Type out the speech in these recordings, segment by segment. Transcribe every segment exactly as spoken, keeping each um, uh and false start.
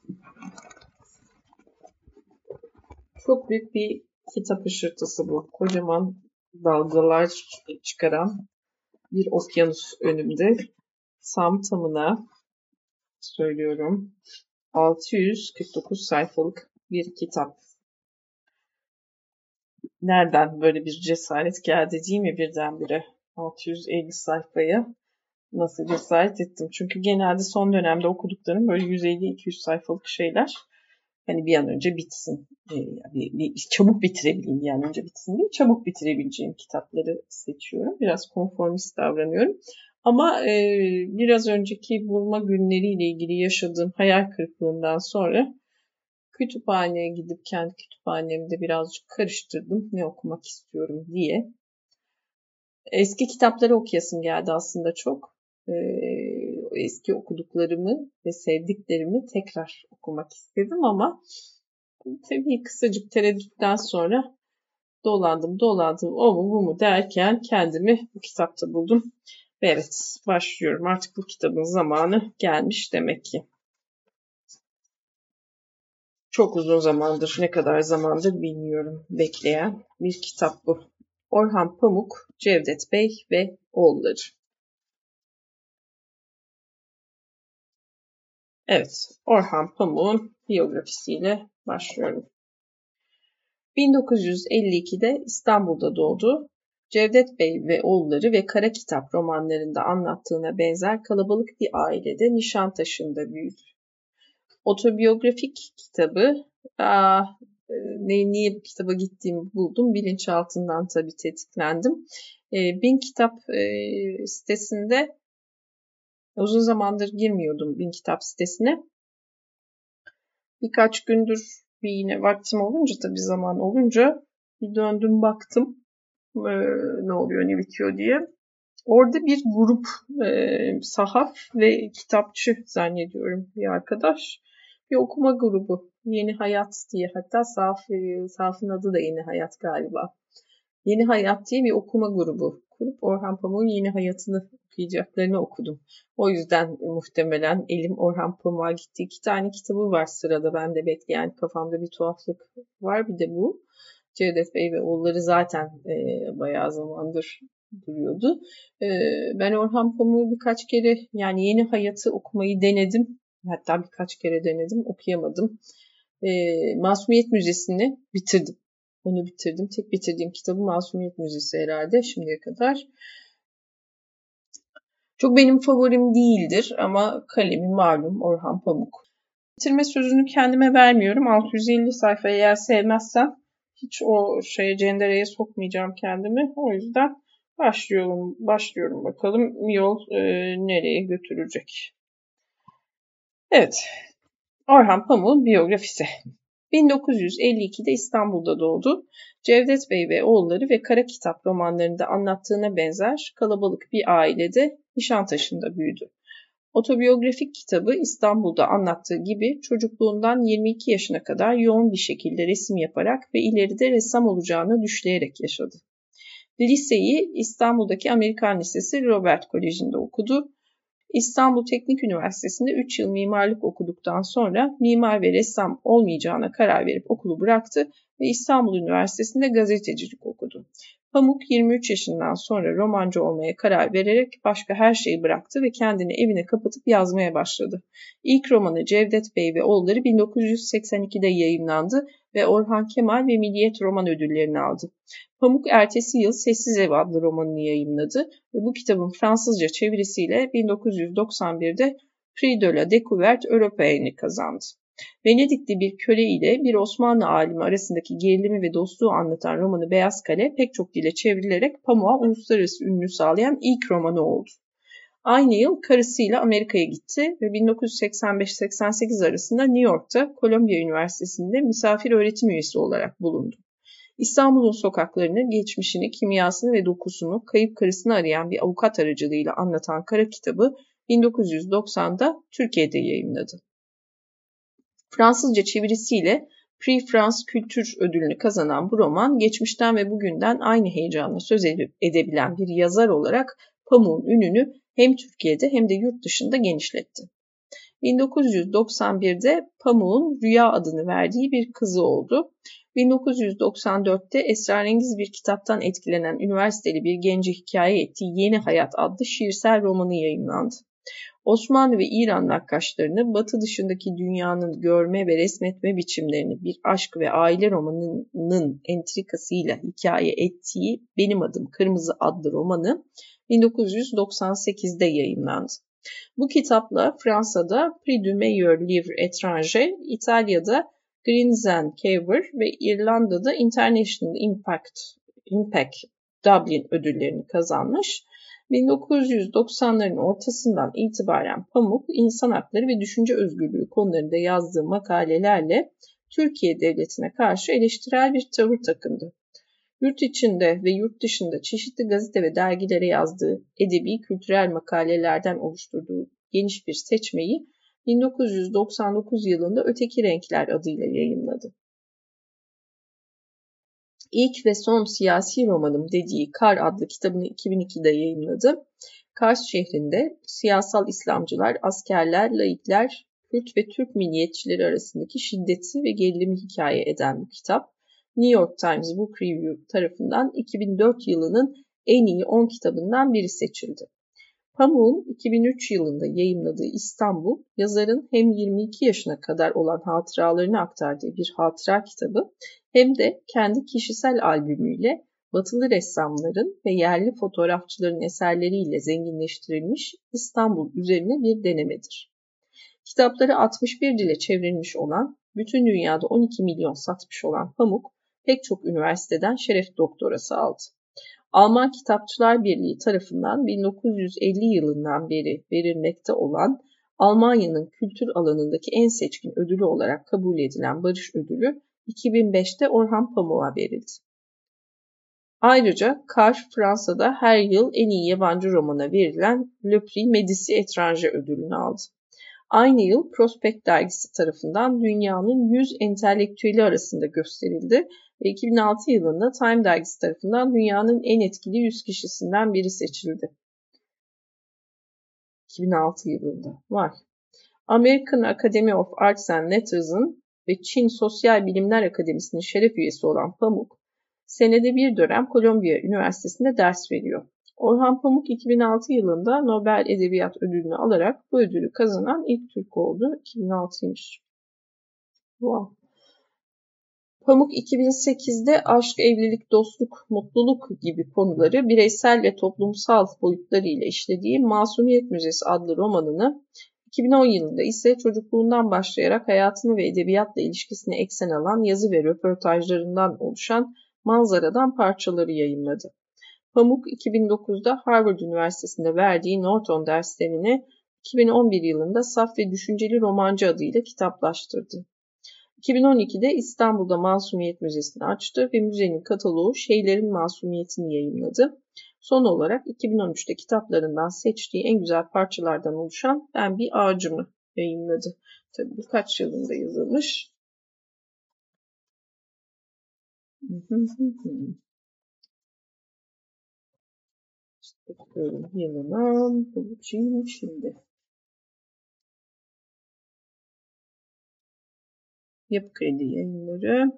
Çok büyük bir kitap ışırtısı bu. Kocaman dalgalar çıkaran bir okyanus önümde. Tam tamına söylüyorum. altı yüz kırk dokuz sayfalık bir kitap. Nereden böyle bir cesaret geldi değil mi birdenbire? altı yüz elli sayfaya nasıl cesaret ettim? Çünkü genelde son dönemde okuduklarım böyle yüz elli iki yüz sayfalık şeyler. Hani bir an önce bitsin. Ee, bir, bir, çabuk bitirebileyim bir an önce bitsin diye çabuk bitirebileceğim kitapları seçiyorum. Biraz konformist davranıyorum. Ama e, biraz önceki vurma günleriyle ilgili yaşadığım hayal kırıklığından sonra kütüphaneye gidip kendi kütüphanemde birazcık karıştırdım ne okumak istiyorum diye. Eski kitapları okuyasım geldi aslında çok. Ee, eski okuduklarımı ve sevdiklerimi tekrar okumak istedim ama tabii kısacık tereddütten sonra dolandım dolandım o mu bu mu derken kendimi bu kitapta buldum. Ve evet başlıyorum artık bu kitabın zamanı gelmiş demek ki. Çok uzun zamandır, ne kadar zamandır bilmiyorum, bekleyen bir kitap bu. Orhan Pamuk, Cevdet Bey ve oğulları. Evet, Orhan Pamuk'un biyografisiyle başlıyorum. bin dokuz yüz elli ikide İstanbul'da doğdu. Cevdet Bey ve oğulları ve Kara Kitap romanlarında anlattığına benzer kalabalık bir ailede Nişantaşı'nda büyüdü. Otobiyografik kitabı, aa, ne, niye bu kitaba gittiğimi buldum. Bilinçaltından tabii tetiklendim. E, Bin Kitap e, sitesinde uzun zamandır girmiyordum Bin Kitap sitesine. Birkaç gündür bir yine vaktim olunca tabii zaman olunca bir döndüm baktım e, ne oluyor ne bitiyor diye. Orada bir grup e, sahaf ve kitapçı zannediyorum bir arkadaş. Bir okuma grubu. Yeni Hayat diye. Hatta sahaf, sahafın adı da Yeni Hayat galiba. Yeni Hayat diye bir okuma grubu kurup Orhan Pamuk'un Yeni Hayat'ını okuyacaklarını okudum. O yüzden muhtemelen elim Orhan Pamuk'a gitti. İki tane kitabı var sırada. Ben de bekleyen kafamda bir tuhaflık var. Bir de bu. Cevdet Bey ve oğulları zaten e, bayağı zamandır duruyordu. E, ben Orhan Pamuk'u birkaç kere yani Yeni Hayat'ı okumayı denedim. Hatta birkaç kere denedim. Okuyamadım. E, Masumiyet Müzesi'ni bitirdim. Onu bitirdim. Tek bitirdiğim kitabı Masumiyet Müzesi herhalde şimdiye kadar. Çok benim favorim değildir ama kalemi malum Orhan Pamuk. Bitirme sözünü kendime vermiyorum. altı yüz elli sayfa eğer sevmezsem hiç o şeye cendereye sokmayacağım kendimi. O yüzden başlıyorum, başlıyorum bakalım yol e, nereye götürecek. Evet, Orhan Pamuk'un biyografisi. bin dokuz yüz elli ikide İstanbul'da doğdu. Cevdet Bey ve oğulları ve Kara Kitap romanlarında anlattığına benzer kalabalık bir ailede Nişantaşı'nda büyüdü. Otobiyografik kitabı İstanbul'da anlattığı gibi çocukluğundan yirmi iki yaşına kadar yoğun bir şekilde resim yaparak ve ileride ressam olacağını düşleyerek yaşadı. Liseyi İstanbul'daki Amerikan Lisesi Robert Koleji'nde okudu. İstanbul Teknik Üniversitesi'nde üç yıl mimarlık okuduktan sonra mimar ve ressam olmayacağına karar verip okulu bıraktı ve İstanbul Üniversitesi'nde gazetecilik okudu. Pamuk yirmi üç yaşından sonra romancı olmaya karar vererek başka her şeyi bıraktı ve kendini evine kapatıp yazmaya başladı. İlk romanı Cevdet Bey ve oğulları bin dokuz yüz seksen ikide yayımlandı ve Orhan Kemal ve Milliyet Roman Ödülleri'ni aldı. Pamuk ertesi yıl Sessiz Ev adlı romanını yayımladı ve bu kitabın Fransızca çevirisiyle bin dokuz yüz doksan birde Prix de la Découverte Européenne'i kazandı. Venedikli bir köle ile bir Osmanlı alimi arasındaki gerilimi ve dostluğu anlatan romanı Beyaz Kale pek çok dile çevrilerek Pamuk'a uluslararası ünlü sağlayan ilk romanı oldu. Aynı yıl karısıyla Amerika'ya gitti ve bin dokuz yüz seksen beş seksen sekiz arasında New York'ta Columbia Üniversitesi'nde misafir öğretim üyesi olarak bulundu. İstanbul'un sokaklarını, geçmişini, kimyasını ve dokusunu kayıp karısını arayan bir avukat aracılığıyla anlatan Kara Kitabı bin dokuz yüz doksanda Türkiye'de yayımladı. Fransızca çevirisiyle Prix France Kültür Ödülünü kazanan bu roman, geçmişten ve bugünden aynı heyecanla söz edebilen bir yazar olarak Pamuk'un ününü hem Türkiye'de hem de yurt dışında genişletti. bin dokuz yüz doksan birde Pamuk'un Rüya adını verdiği bir kızı oldu. bin dokuz yüz doksan dörtte esrarengiz bir kitaptan etkilenen üniversiteli bir gence hikaye ettiği Yeni Hayat adlı şiirsel romanı yayımlandı. Osmanlı ve İran nakkaşlarını Batı dışındaki dünyanın görme ve resmetme biçimlerini bir aşk ve aile romanının entrikasıyla hikaye ettiği Benim Adım Kırmızı adlı romanı bin dokuz yüz doksan sekizde yayımlandı. Bu kitapla Fransa'da Prix du Meilleur Livre Étranger, İtalya'da Grinzen-Caver ve İrlanda'da International Impact, Impact Dublin ödüllerini kazanmış. bin dokuz yüz doksanların ortasından itibaren Pamuk, insan hakları ve düşünce özgürlüğü konularında yazdığı makalelerle Türkiye Devleti'ne karşı eleştirel bir tavır takındı. Yurt içinde ve yurt dışında çeşitli gazete ve dergilere yazdığı edebi kültürel makalelerden oluşturduğu geniş bir seçmeyi bin dokuz yüz doksan dokuz yılında Öteki Renkler adıyla yayımladı. İlk ve son siyasi romanım dediği Kar adlı kitabını iki bin ikide yayımladı. Kars şehrinde siyasal İslamcılar, askerler, laikler, Kürt ve Türk milliyetçileri arasındaki şiddeti ve gerilimi hikaye eden bu kitap, New York Times Book Review tarafından iki bin dört yılının en iyi on kitabından biri seçildi. Pamuk'un iki bin üç yılında yayımladığı İstanbul, yazarın hem yirmi iki yaşına kadar olan hatıralarını aktardığı bir hatıra kitabı, hem de kendi kişisel albümüyle batılı ressamların ve yerli fotoğrafçıların eserleriyle zenginleştirilmiş İstanbul üzerine bir denemedir. Kitapları altmış bir dile çevrilmiş olan, bütün dünyada on iki milyon satmış olan Pamuk, pek çok üniversiteden şeref doktorası aldı. Alman Kitapçılar Birliği tarafından bin dokuz yüz elli yılından beri verilmekte olan Almanya'nın kültür alanındaki en seçkin ödülü olarak kabul edilen Barış Ödülü iki bin beşte Orhan Pamuk'a verildi. Ayrıca Kar, Fransa'da her yıl en iyi yabancı romana verilen Le Prix Médicis Étranger ödülünü aldı. Aynı yıl Prospect dergisi tarafından dünyanın yüz entelektüeli arasında gösterildi ve iki bin altı yılında Time dergisi tarafından dünyanın en etkili yüz kişisinden biri seçildi. iki bin altı yılında. Vay. American Academy of Arts and Letters'ın ve Çin Sosyal Bilimler Akademisi'nin şeref üyesi olan Pamuk, senede bir dönem Kolombiya Üniversitesi'nde ders veriyor. Orhan Pamuk iki bin altı yılında Nobel Edebiyat Ödülünü alarak bu ödülü kazanan ilk Türk oldu. iki bin altıymış. Wow. Pamuk iki bin sekizde aşk, evlilik, dostluk, mutluluk gibi konuları bireysel ve toplumsal boyutlarıyla işlediği Masumiyet Müzesi adlı romanını, iki bin on yılında ise çocukluğundan başlayarak hayatını ve edebiyatla ilişkisini eksen alan yazı ve röportajlarından oluşan Manzaradan parçaları yayımladı. Pamuk iki bin dokuzda Harvard Üniversitesi'nde verdiği Norton derslerini iki bin on bir yılında Saf ve Düşünceli Romancı adıyla kitaplaştırdı. iki bin on ikide İstanbul'da Masumiyet Müzesi'ni açtı ve müzenin kataloğu Şeylerin Masumiyetini yayımladı. Son olarak iki bin on üçte kitaplarından seçtiği en güzel parçalardan oluşan Ben Bir Ağacımı yayımladı. Tabii bu kaç yılında yazılmış? Bakıyorum yılına, bulacağım şimdi. Yapı Kredi Yayınları.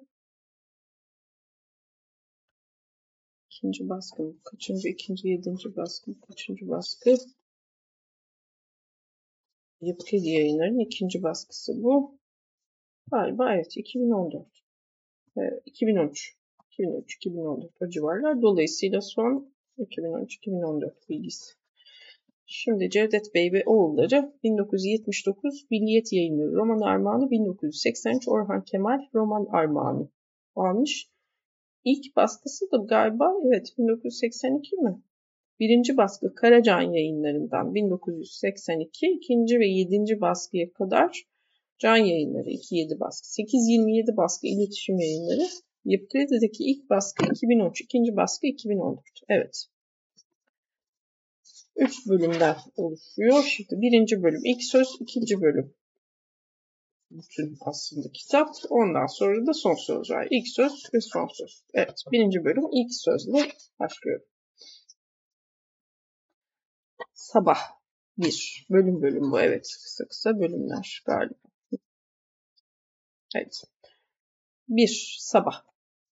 İkinci baskı, kaçıncı, ikinci, yedinci baskı, kaçıncı baskı? Yapı Kredi Yayınları'nın ikinci baskısı bu. Galiba evet, iki bin on dört. Evet, iki bin on üç. iki bin on üç, iki bin on dört o civarlar. Dolayısıyla son iki bin on üç iki bin on dört bilgisi. Şimdi Cevdet Bey ve oğulları bin dokuz yüz yetmiş dokuz Milliyet Yayınları Roman Armağanı, bin dokuz yüz seksen üç Orhan Kemal Roman Armağanı almış. İlk baskısı da galiba evet bin dokuz yüz seksen iki mi? Birinci baskı Karacan Yayınları'ndan bin dokuz yüz seksen iki, ikinci ve yedinci baskıya kadar Can Yayınları iki bin yedi baskı, sekiz yirmi yedi baskı İletişim Yayınları, Yapı Kredi'deki ilk baskı iki bin on üç, ikinci baskı iki bin on dört. Evet. Üç bölümden oluşuyor. Şimdi birinci bölüm ilk söz, ikinci bölüm bütün aslında kitap. Ondan sonra da son söz var. İlk söz ve son söz. Evet, birinci bölüm ilk sözle başlıyorum. Sabah. bir. Bölüm bölüm bu, evet. Kısa kısa bölümler galiba. Evet. bir. Sabah.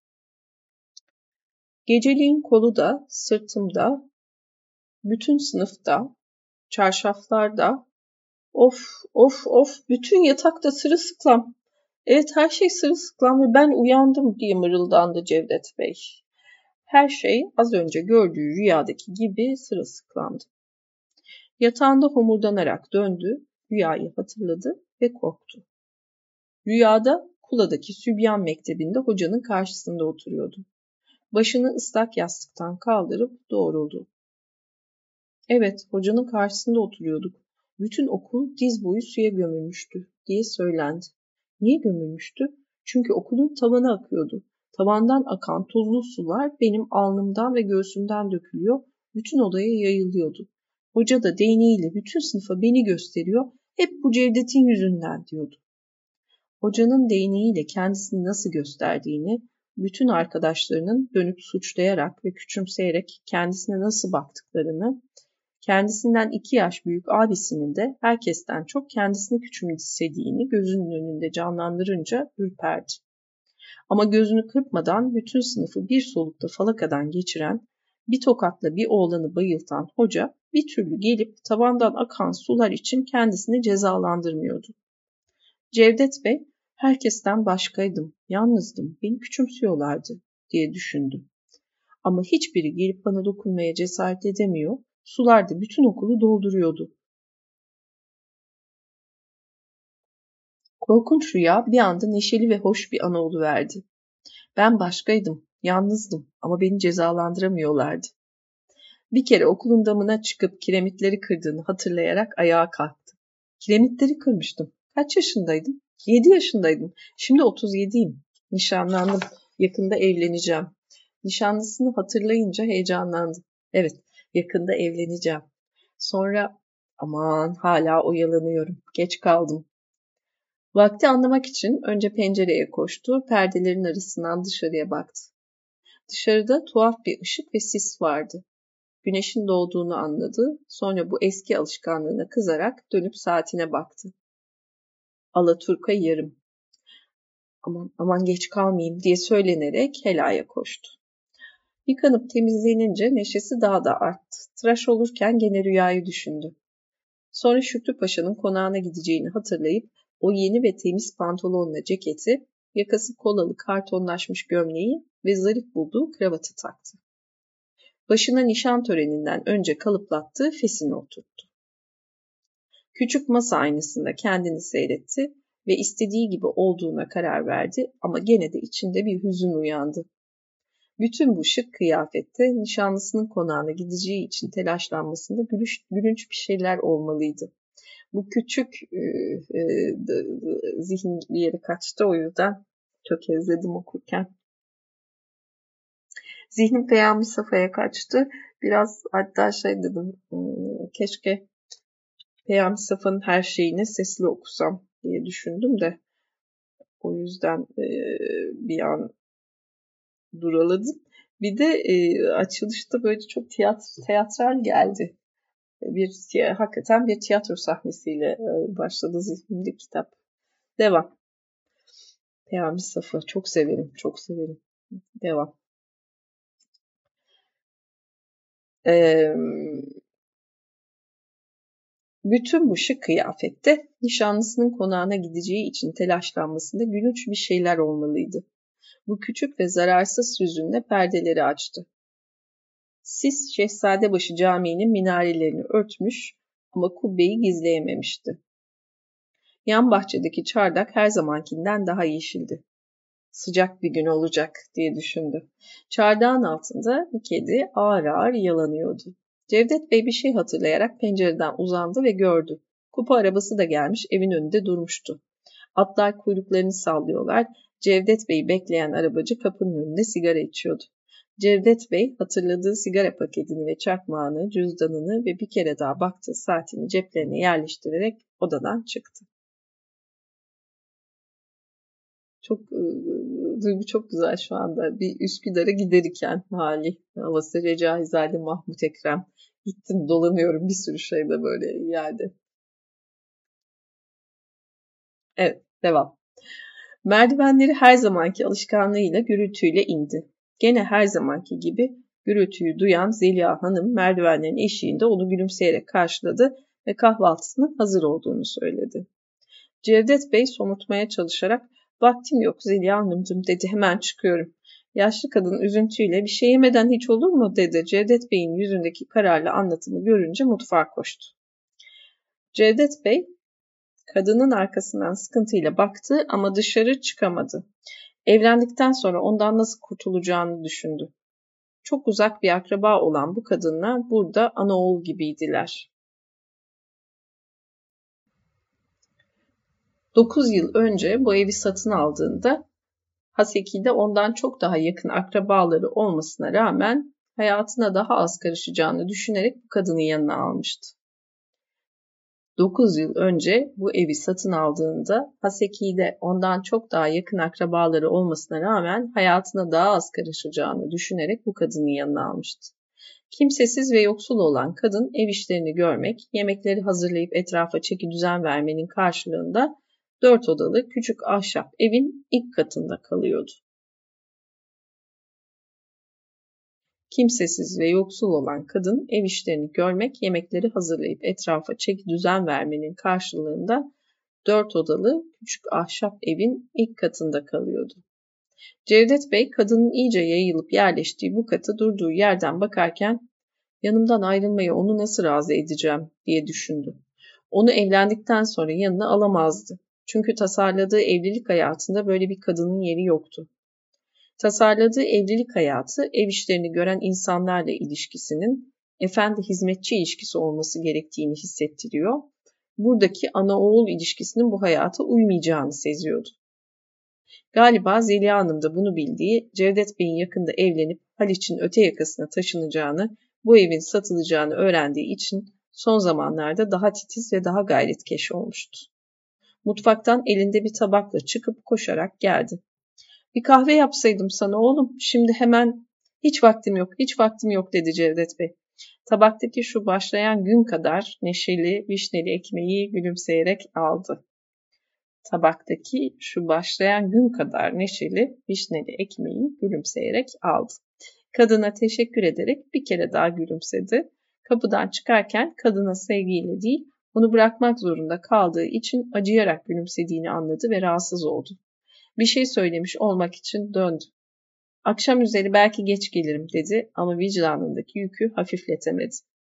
Geceliğin kolu da, sırtımda, bütün sınıfta, çarşaflarda, of of of, bütün yatakta sırılsıklam. Evet, her şey sırılsıklam ve ben uyandım diye mırıldandı Cevdet Bey. Her şey az önce gördüğü rüyadaki gibi sırılsıklamdı. Yatağında homurdanarak döndü, rüyayı hatırladı ve korktu. Rüyada Kula'daki Sübyan Mektebi'nde hocanın karşısında oturuyordu. Başını ıslak yastıktan kaldırıp doğruldu. Evet, hocanın karşısında oturuyorduk. Bütün okul diz boyu suya gömülmüştü diye söylendi. Niye gömülmüştü? Çünkü okulun tavanı akıyordu. Tavandan akan tuzlu sular benim alnımdan ve göğsümden dökülüyor, bütün odaya yayılıyordu. Hoca da değneğiyle bütün sınıfa beni gösteriyor, hep bu Cevdet'in yüzünden diyordu. Hocanın değneğiyle kendisini nasıl gösterdiğini, bütün arkadaşlarının dönüp suçlayarak ve küçümseyerek kendisine nasıl baktıklarını, kendisinden iki yaş büyük abisinin de herkesten çok kendisini küçümsediğini gözünün önünde canlandırınca ürperdi. Ama gözünü kırpmadan bütün sınıfı bir solukta falakadan geçiren, bir tokatla bir oğlanı bayıltan hoca bir türlü gelip tavandan akan sular için kendisini cezalandırmıyordu. Cevdet Bey, herkesten başkaydım, yalnızdım, beni küçümsüyorlardı diye düşündü. Ama hiçbiri gelip bana dokunmaya cesaret edemiyor, sular da bütün okulu dolduruyordu. Korkunç rüya bir anda neşeli ve hoş bir ana oluverdi. Ben başkaydım, yalnızdım ama beni cezalandıramıyorlardı. Bir kere okulun damına çıkıp kiremitleri kırdığını hatırlayarak ayağa kalktı. Kiremitleri kırmıştım. Kaç yaşındaydım? Yedi yaşındaydım. Şimdi otuz yediyim. Nişanlandım. Yakında evleneceğim. Nişanlısını hatırlayınca heyecanlandı. Evet, yakında evleneceğim. Sonra, aman hala oyalanıyorum. Geç kaldım. Vakti anlamak için önce pencereye koştu, perdelerin arasından dışarıya baktı. Dışarıda tuhaf bir ışık ve sis vardı. Güneşin doğduğunu anladı, sonra bu eski alışkanlığına kızarak dönüp saatine baktı. Alaturka yarım. Aman aman geç kalmayayım diye söylenerek helaya koştu. Yıkanıp temizlenince neşesi daha da arttı. Tıraş olurken gene rüyayı düşündü. Sonra Şükrü Paşa'nın konağına gideceğini hatırlayıp o yeni ve temiz pantolonla ceketi, yakası kolalı kartonlaşmış gömleği ve zarif bulduğu kravatı taktı. Başına nişan töreninden önce kalıplattığı fesini oturttu. Küçük masa aynasında kendini seyretti ve istediği gibi olduğuna karar verdi ama gene de içinde bir hüzün uyandı. Bütün bu şık kıyafette nişanlısının konağına gideceği için telaşlanmasında gülüş, gülünç bir şeyler olmalıydı. Bu küçük e, e, zihin bir yere kaçtı, o yüzden tökezledim okurken. Zihnim Peyami Safa'ya kaçtı. Biraz hatta şey dedim, keşke Peyami Safa'nın her şeyini sesli okusam diye düşündüm de o yüzden e, bir an duraladım. Bir de e, açılışta böyle çok tiyatro, teatral geldi. Bir hakikaten bir tiyatro sahnesiyle e, başladı zihnimde kitap. Devam. Peyami Safa çok severim, çok severim. Devam. Ee, bütün bu şık kıyafette nişanlısının konağına gideceği için telaşlanmasında gülünç bir şeyler olmalıydı. Bu küçük ve zararsız hüzünle perdeleri açtı. Sis Şehzadebaşı Camii'nin minarelerini örtmüş ama kubbeyi gizleyememişti. Yan bahçedeki çardak her zamankinden daha yeşildi. Sıcak bir gün olacak diye düşündü. Çardağın altında bir kedi ağır ağır yalanıyordu. Cevdet Bey bir şey hatırlayarak pencereden uzandı ve gördü. Kupa arabası da gelmiş, evin önünde durmuştu. Atlar kuyruklarını sallıyorlar. Cevdet Bey'i bekleyen arabacı kapının önünde sigara içiyordu. Cevdet Bey hatırladığı sigara paketini ve çakmağını, cüzdanını ve bir kere daha baktığı saatini ceplerine yerleştirerek odadan çıktı. Çok duygu çok güzel şu anda. Bir Üsküdar'a giderken hali. Havası Recaizade Mahmut Ekrem. Gittim dolanıyorum bir sürü şeyde böyle yerde. Evet, devam. Merdivenleri her zamanki alışkanlığıyla gürültüyle indi. Gene her zamanki gibi gürültüyü duyan Zeliha Hanım merdivenlerin eşiğinde onu gülümseyerek karşıladı ve kahvaltısının hazır olduğunu söyledi. Cevdet Bey somurtmaya çalışarak "Vaktim yok Zeliha Hanımcığım" dedi, "hemen çıkıyorum." Yaşlı kadın üzüntüyle "Bir şey yemeden hiç olur mu?" dedi. Cevdet Bey'in yüzündeki kararlı anlatımı görünce mutfağa koştu. Cevdet Bey kadının arkasından sıkıntıyla baktı ama dışarı çıkamadı. Evlendikten sonra ondan nasıl kurtulacağını düşündü. Çok uzak bir akraba olan bu kadınla burada ana oğul gibiydiler. Dokuz yıl önce bu evi satın aldığında Haseki'de ondan çok daha yakın akrabaları olmasına rağmen hayatına daha az karışacağını düşünerek bu kadını yanına almıştı. Dokuz yıl önce bu evi satın aldığında Haseki'de ondan çok daha yakın akrabaları olmasına rağmen hayatına daha az karışacağını düşünerek bu kadını yanına almıştı. Kimsesiz ve yoksul olan kadın ev işlerini görmek, yemekleri hazırlayıp etrafa çeki düzen vermenin karşılığında dört odalı küçük ahşap evin ilk katında kalıyordu. Kimsesiz ve yoksul olan kadın ev işlerini görmek, yemekleri hazırlayıp etrafa çeki düzen vermenin karşılığında dört odalı küçük ahşap evin ilk katında kalıyordu. Cevdet Bey kadının iyice yayılıp yerleştiği bu katı durduğu yerden bakarken yanımdan ayrılmayı onu nasıl razı edeceğim diye düşündü. Onu evlendikten sonra yanına alamazdı. Çünkü tasarladığı evlilik hayatında böyle bir kadının yeri yoktu. Tasarladığı evlilik hayatı ev işlerini gören insanlarla ilişkisinin efendi-hizmetçi ilişkisi olması gerektiğini hissettiriyor. Buradaki ana-oğul ilişkisinin bu hayata uymayacağını seziyordu. Galiba Zeliha Hanım da bunu bildiği, Cevdet Bey'in yakında evlenip Haliç'in öte yakasına taşınacağını, bu evin satılacağını öğrendiği için son zamanlarda daha titiz ve daha gayretkeş olmuştu. Mutfaktan elinde bir tabakla çıkıp koşarak geldi. "Bir kahve yapsaydım sana oğlum, şimdi hemen..." "Hiç vaktim yok, hiç vaktim yok" dedi Cevdet Bey. Tabaktaki şu başlayan gün kadar neşeli, vişneli ekmeği gülümseyerek aldı. Tabaktaki şu başlayan gün kadar neşeli, vişneli ekmeği gülümseyerek aldı. Kadına teşekkür ederek bir kere daha gülümsedi. Kapıdan çıkarken kadına sevgiyle değil, onu bırakmak zorunda kaldığı için acıyarak gülümsediğini anladı ve rahatsız oldu. Bir şey söylemiş olmak için döndü. "Akşam üzeri belki geç gelirim" dedi ama vicdanındaki yükü hafifletemedi.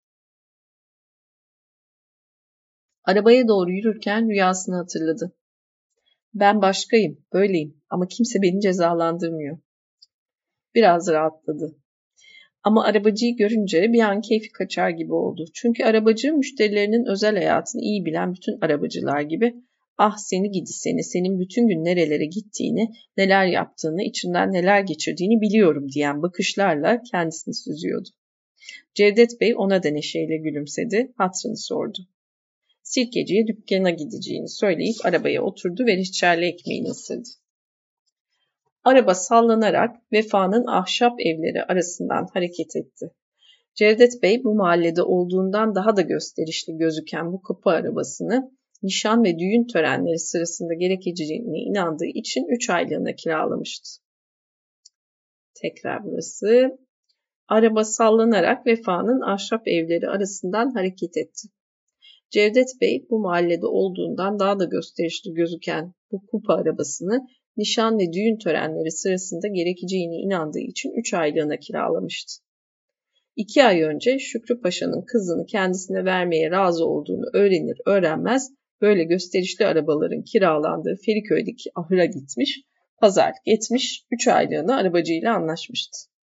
Arabaya doğru yürürken rüyasını hatırladı. "Ben başkayım, böyleyim ama kimse beni cezalandırmıyor." Biraz rahatladı. Ama arabacıyı görünce bir an keyfi kaçar gibi oldu. Çünkü arabacı müşterilerinin özel hayatını iyi bilen bütün arabacılar gibi "Ah seni gidi seni, senin bütün gün nerelere gittiğini, neler yaptığını, içinden neler geçirdiğini biliyorum" diyen bakışlarla kendisini süzüyordu. Cevdet Bey ona da neşeyle gülümsedi, hatırını sordu. Sirkeciye dükkana gideceğini söyleyip arabaya oturdu ve reçelli ekmeğini ısırdı. Araba sallanarak Vefa'nın ahşap evleri arasından hareket etti. Cevdet Bey bu mahallede olduğundan daha da gösterişli gözüken bu kapı arabasını nişan ve düğün törenleri sırasında gerekeceğine inandığı için üç aylığına kiralamıştı. Tekrar burası. Araba sallanarak Vefa'nın ahşap evleri arasından hareket etti. Cevdet Bey bu mahallede olduğundan daha da gösterişli gözüken bu kupa arabasını nişan ve düğün törenleri sırasında gerekeceğine inandığı için üç aylığına kiralamıştı. İki ay önce Şükrü Paşa'nın kızını kendisine vermeye razı olduğunu öğrenir öğrenmez böyle gösterişli arabaların kiralandığı Feriköy'deki ahıra gitmiş, pazarlık etmiş, üç aylığına arabacıyla anlaşmıştı.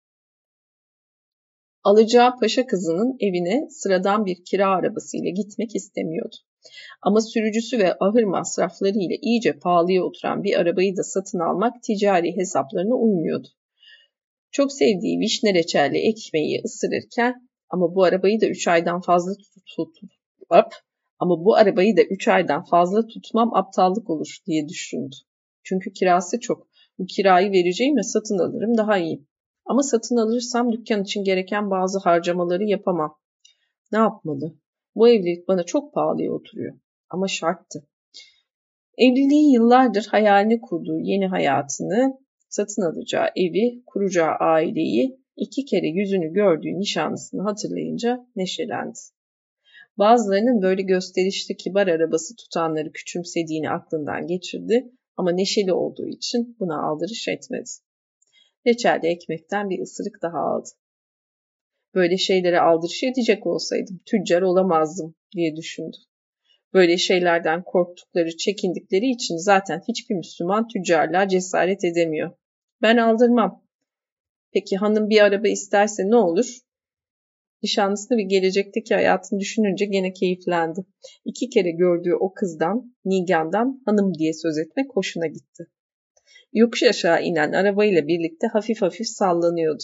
Alacağı paşa kızının evine sıradan bir kira arabasıyla gitmek istemiyordu. Ama sürücüsü ve ahır masrafları ile iyice pahalıya oturan bir arabayı da satın almak ticari hesaplarına uymuyordu. Çok sevdiği vişne reçelli ekmeği ısırırken ama bu arabayı da üç aydan fazla tutup ama bu arabayı da üç aydan fazla tutmam aptallık olur diye düşündü. Çünkü kirası çok. Bu kirayı vereceğim ve satın alırım daha iyi. Ama satın alırsam dükkan için gereken bazı harcamaları yapamam. Ne yapmalı? Bu evlilik bana çok pahalıya oturuyor. Ama şarttı. Evliliği yıllardır hayalini kurduğu yeni hayatını, satın alacağı evi, kuracağı aileyi, iki kere yüzünü gördüğü nişanlısını hatırlayınca neşelendi. Bazılarının böyle gösterişli kibar arabası tutanları küçümsediğini aklından geçirdi ama neşeli olduğu için buna aldırış etmedi. Reçelde ekmekten bir ısırık daha aldı. Böyle şeylere aldırış edecek olsaydım tüccar olamazdım diye düşündü. Böyle şeylerden korktukları, çekindikleri için zaten hiçbir Müslüman tüccarlığa cesaret edemiyor. Ben aldırmam. Peki hanım bir araba isterse ne olur? Nişanlısını ve gelecekteki hayatını düşününce gene keyiflendi. İki kere gördüğü o kızdan, Nigan'dan hanım diye söz etmek hoşuna gitti. Yokuş aşağı inen arabayla birlikte hafif hafif sallanıyordu.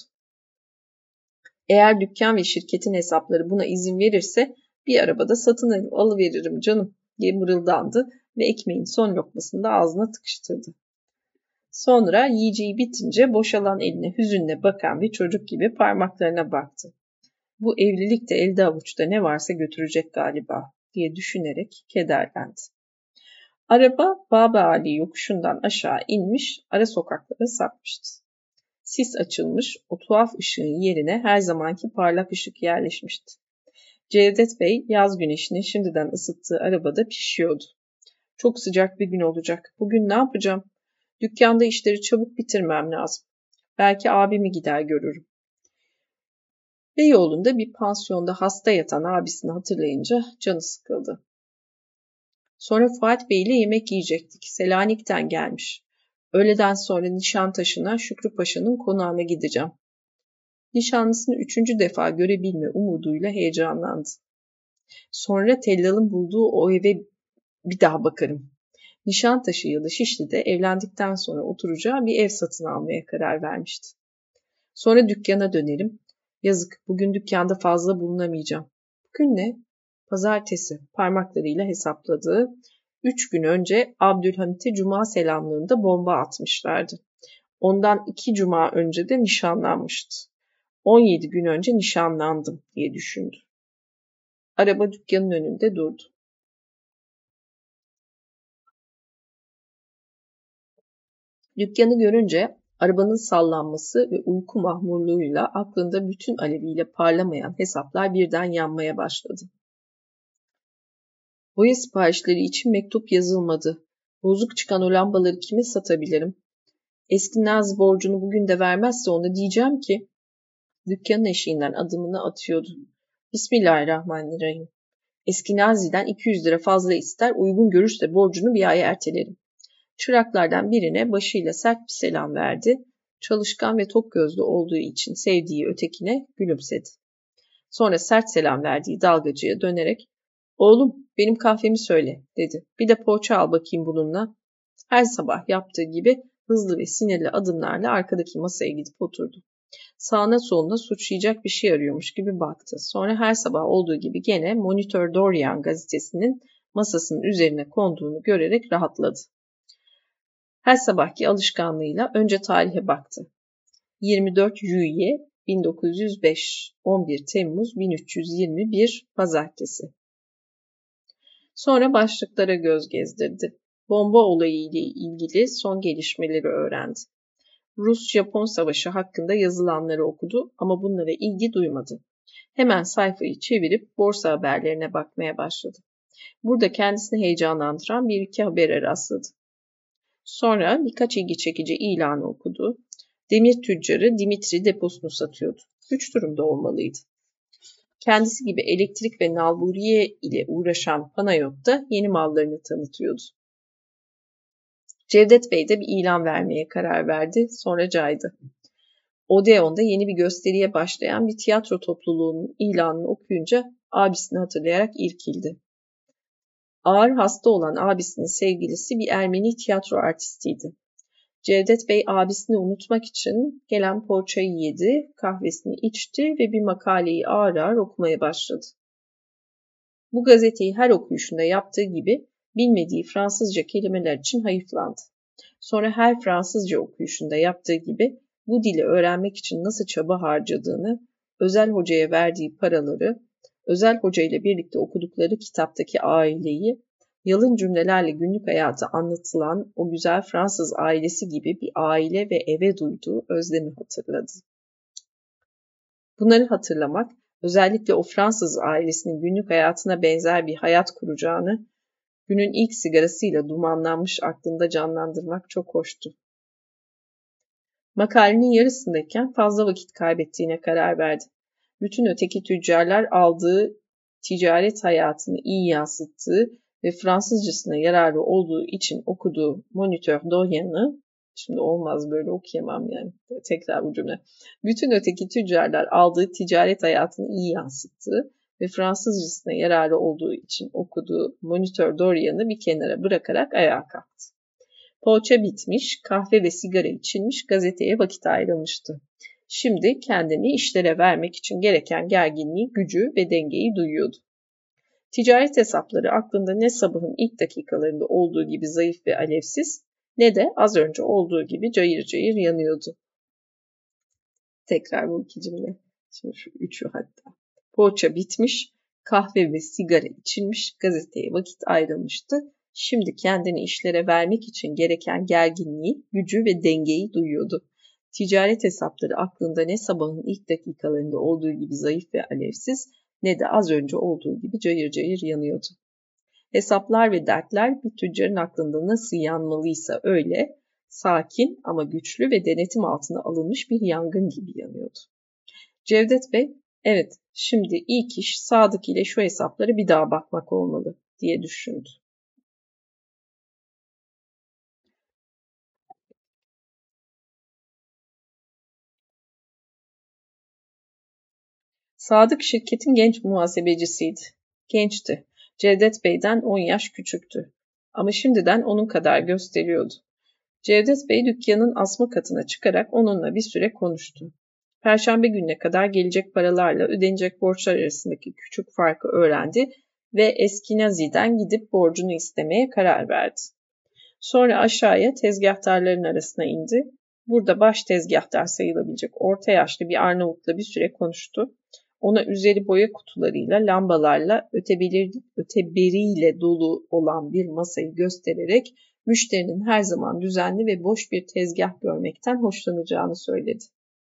Eğer dükkan ve şirketin hesapları buna izin verirse bir arabada satın alıveririm canım diye mırıldandı ve ekmeğin son lokmasını da ağzına tıkıştırdı. Sonra yiyeceği bitince boşalan eline hüzünle bakan bir çocuk gibi parmaklarına baktı. Bu evlilik de elde avuçta ne varsa götürecek galiba diye düşünerek kederlendi. Araba Baba Ali yokuşundan aşağı inmiş, ara sokaklara sapmıştı. Sis açılmış, o tuhaf ışığın yerine her zamanki parlak ışık yerleşmişti. Cevdet Bey yaz güneşini şimdiden ısıttığı arabada pişiyordu. Çok sıcak bir gün olacak. Bugün ne yapacağım? Dükkanda işleri çabuk bitirmem lazım. Belki abimi gider görürüm. Beyoğlu'nda bir pansiyonda hasta yatan abisini hatırlayınca canı sıkıldı. Sonra Fuat Bey ile yemek yiyecektik. Selanik'ten gelmiş. Öğleden sonra Nişantaşı'na Şükrü Paşa'nın konağına gideceğim. Nişanlısını üçüncü defa görebilme umuduyla heyecanlandı. Sonra tellalın bulduğu o eve bir daha bakarım. Nişantaşı ya da Şişli'de evlendikten sonra oturacağı bir ev satın almaya karar vermişti. Sonra dükkana dönerim. Yazık, bugün dükkanda fazla bulunamayacağım. Bugün ne? Pazartesi, parmaklarıyla hesapladığı. Üç gün önce Abdülhamit'e cuma selamlığında bomba atmışlardı. Ondan iki cuma önce de nişanlanmıştı. On yedi gün önce nişanlandım diye düşündü. Araba dükkanın önünde durdu. Dükkanı görünce arabanın sallanması ve uyku mahmurluğuyla aklında bütün aleviyle parlamayan hesaplar birden yanmaya başladı. Boya siparişleri için mektup yazılmadı. Bozuk çıkan o lambaları kime satabilirim? Eski Naz borcunu bugün de vermezse ona diyeceğim ki... Dükkanın eşiğinden adımını atıyordu. Bismillahirrahmanirrahim. Eski Nazi'den iki yüz lira fazla ister, uygun görürse borcunu bir ay ertelerim. Çıraklardan birine başıyla sert bir selam verdi. Çalışkan ve tok gözlü olduğu için sevdiği ötekine gülümsedi. Sonra sert selam verdiği dalgacıya dönerek "Oğlum, benim kahvemi söyle," dedi. "Bir de poğaça al bakayım bununla." Her sabah yaptığı gibi hızlı ve sinirli adımlarla arkadaki masaya gidip oturdu. Sağına soluna suçlayacak bir şey arıyormuş gibi baktı. Sonra her sabah olduğu gibi gene Monitor Dorian gazetesinin masasının üzerine konduğunu görerek rahatladı. Her sabahki alışkanlığıyla önce tarihe baktı. yirmi dört Juillet bin dokuz yüz beş, on bir Temmuz bin üç yüz yirmi bir Pazartesi. Sonra başlıklara göz gezdirdi. Bomba olayı ile ilgili son gelişmeleri öğrendi. Rus-Japon savaşı hakkında yazılanları okudu ama bunlara ilgi duymadı. Hemen sayfayı çevirip borsa haberlerine bakmaya başladı. Burada kendisini heyecanlandıran bir iki habere rastladı. Sonra birkaç ilgi çekici ilanı okudu. Demir tüccarı Dimitri deposunu satıyordu. Güç durumda olmalıydı. Kendisi gibi elektrik ve nalburiye ile uğraşan Panayot da yeni mallarını tanıtıyordu. Cevdet Bey de bir ilan vermeye karar verdi, sonra caydı. Odeon'da yeni bir gösteriye başlayan bir tiyatro topluluğunun ilanını okuyunca abisini hatırlayarak irkildi. Ağır hasta olan abisinin sevgilisi bir Ermeni tiyatro artistiydi. Cevdet Bey abisini unutmak için gelen poğaçayı yedi, kahvesini içti ve bir makaleyi ağır ağır okumaya başladı. Bu gazeteyi her okuyuşunda yaptığı gibi bilmediği Fransızca kelimeler için hayıflandı. Sonra her Fransızca okuyuşunda yaptığı gibi bu dili öğrenmek için nasıl çaba harcadığını, özel hocaya verdiği paraları, özel hoca ile birlikte okudukları kitaptaki aileyi, yalın cümlelerle günlük hayatı anlatılan o güzel Fransız ailesi gibi bir aile ve eve duyduğu özlemi hatırladı. Bunları hatırlamak, özellikle o Fransız ailesinin günlük hayatına benzer bir hayat kuracağını, günün ilk sigarasıyla dumanlanmış aklında canlandırmak çok hoştu. Makalenin yarısındayken fazla vakit kaybettiğine karar verdi. Bütün öteki tüccarlar aldığı ticaret hayatını iyi yansıttığı ve Fransızcasına yararlı olduğu için okuduğu Moniteur d'Orient'ı, şimdi olmaz böyle okuyamam yani tekrar bu cümle. Bütün öteki tüccarlar aldığı ticaret hayatını iyi yansıttığı ve Fransızcasına yararlı olduğu için okuduğu Moniteur d'Orient'ı bir kenara bırakarak ayağa kalktı. Poğaça bitmiş, kahve ve sigara içilmiş, gazeteye vakit ayrılmıştı. Şimdi kendini işlere vermek için gereken gerginliği, gücü ve dengeyi duyuyordu. Ticaret hesapları aklında ne sabahın ilk dakikalarında olduğu gibi zayıf ve alevsiz, ne de az önce olduğu gibi cayır cayır yanıyordu. Tekrar bu iki cümle. Şimdi şu üçü hatta. Poğaça bitmiş, kahve ve sigara içilmiş, gazeteye vakit ayrılmıştı. Şimdi kendini işlere vermek için gereken gerginliği, gücü ve dengeyi duyuyordu. Ticaret hesapları aklında ne sabahın ilk dakikalarında olduğu gibi zayıf ve alevsiz, ne de az önce olduğu gibi cayır cayır yanıyordu. Hesaplar ve dertler bir tüccarın aklında nasıl yanmalıysa öyle, sakin ama güçlü ve denetim altına alınmış bir yangın gibi yanıyordu. Cevdet Bey, evet şimdi ilk iş Sadık ile şu hesaplara bir daha bakmak olmalı diye düşündü. Sadık şirketin genç muhasebecisiydi. Gençti. Cevdet Bey'den on yaş küçüktü. Ama şimdiden onun kadar gösteriyordu. Cevdet Bey dükkanın asma katına çıkarak onunla bir süre konuştu. Perşembe gününe kadar gelecek paralarla ödenecek borçlar arasındaki küçük farkı öğrendi ve Eskinazi'den gidip borcunu istemeye karar verdi. Sonra aşağıya tezgahtarların arasına indi. Burada baş tezgahtar sayılabilecek orta yaşlı bir Arnavut'la bir süre konuştu. Ona üzeri boya kutularıyla, lambalarla, öteberi, öteberiyle dolu olan bir masayı göstererek müşterinin her zaman düzenli ve boş bir tezgah görmekten hoşlanacağını söyledi.